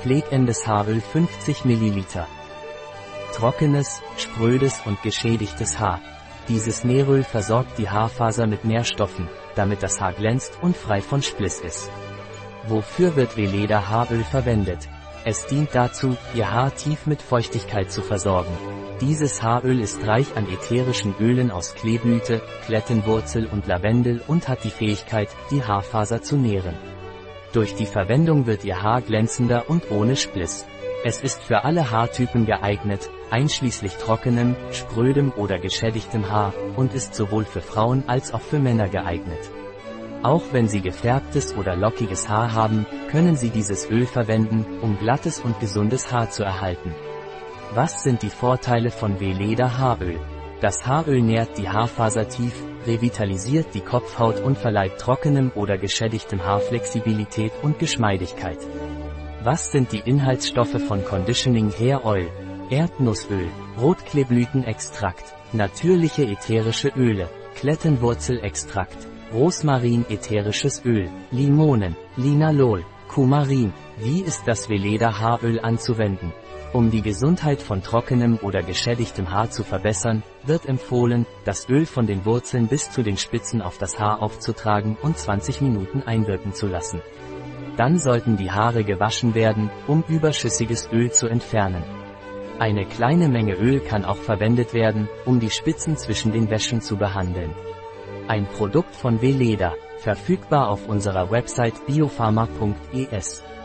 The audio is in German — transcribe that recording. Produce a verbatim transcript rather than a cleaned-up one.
pflegendes Haaröl fünfzig Milliliter. Trockenes, sprödes und geschädigtes Haar. Dieses Nähröl versorgt die Haarfaser mit Nährstoffen, damit das Haar glänzt und frei von Spliss ist. Wofür wird Weleda Haaröl verwendet? Es dient dazu, Ihr Haar tief mit Feuchtigkeit zu versorgen. Dieses Haaröl ist reich an ätherischen Ölen aus Kleeblüte, Klettenwurzel und Lavendel und hat die Fähigkeit, die Haarfaser zu nähren. Durch die Verwendung wird Ihr Haar glänzender und ohne Spliss. Es ist für alle Haartypen geeignet, einschließlich trockenem, sprödem oder geschädigtem Haar, und ist sowohl für Frauen als auch für Männer geeignet. Auch wenn Sie gefärbtes oder lockiges Haar haben, können Sie dieses Öl verwenden, um glattes und gesundes Haar zu erhalten. Was sind die Vorteile von Weleda Haaröl? Das Haaröl nährt die Haarfaser tief, revitalisiert die Kopfhaut und verleiht trockenem oder geschädigtem Haar Flexibilität und Geschmeidigkeit. Was sind die Inhaltsstoffe von Conditioning Hair Oil? Erdnussöl, Rotkleeblütenextrakt, natürliche ätherische Öle, Klettenwurzelextrakt, Rosmarin ätherisches Öl, Limonen, Linalol, Kumarin. Wie ist das Weleda Haaröl anzuwenden? Um die Gesundheit von trockenem oder geschädigtem Haar zu verbessern, wird empfohlen, das Öl von den Wurzeln bis zu den Spitzen auf das Haar aufzutragen und zwanzig Minuten einwirken zu lassen. Dann sollten die Haare gewaschen werden, um überschüssiges Öl zu entfernen. Eine kleine Menge Öl kann auch verwendet werden, um die Spitzen zwischen den Wäschen zu behandeln. Ein Produkt von Weleda, verfügbar auf unserer Website biopharma punkt es.